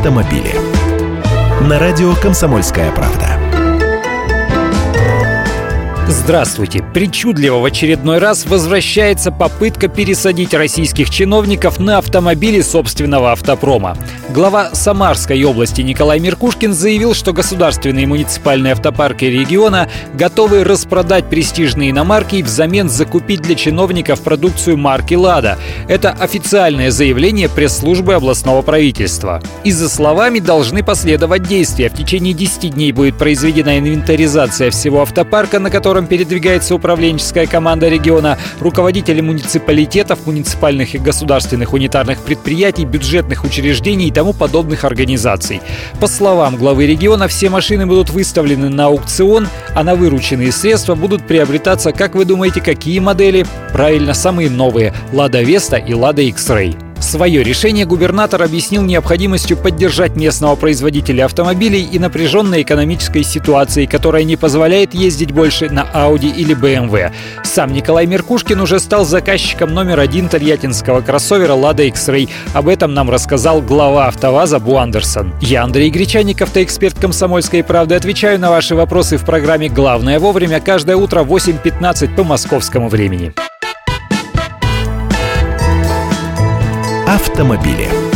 автомобили. На радио «Комсомольская правда». Здравствуйте! Причудливо в очередной раз возвращается попытка пересадить российских чиновников на автомобили собственного автопрома. Глава Самарской области Николай Меркушкин заявил, что государственные муниципальные автопарки региона готовы распродать престижные иномарки и взамен закупить для чиновников продукцию марки «Лада». Это официальное заявление пресс-службы областного правительства. И за словами должны последовать действия. В течение 10 дней будет произведена инвентаризация всего автопарка, на котором передвигается управленческая команда региона, руководители муниципалитетов, муниципальных и государственных унитарных предприятий, бюджетных учреждений и тому подобных организаций. По словам главы региона, все машины будут выставлены на аукцион, а на вырученные средства будут приобретаться, как вы думаете, какие модели? Правильно, самые новые – «Лада Веста» и «Лада X-Ray». Свое решение губернатор объяснил необходимостью поддержать местного производителя автомобилей и напряженной экономической ситуацией, которая не позволяет ездить больше на Audi или BMW. Сам Николай Меркушкин уже стал заказчиком номер 1 тольяттинского кроссовера «Лада X-Ray». Об этом нам рассказал глава АвтоВАЗа Бу Андерсон. Я, Андрей Гречанник, автоэксперт «Комсомольской правды». Отвечаю на ваши вопросы в программе «Главное вовремя» каждое утро в 8:15 по московскому времени. Автомобили.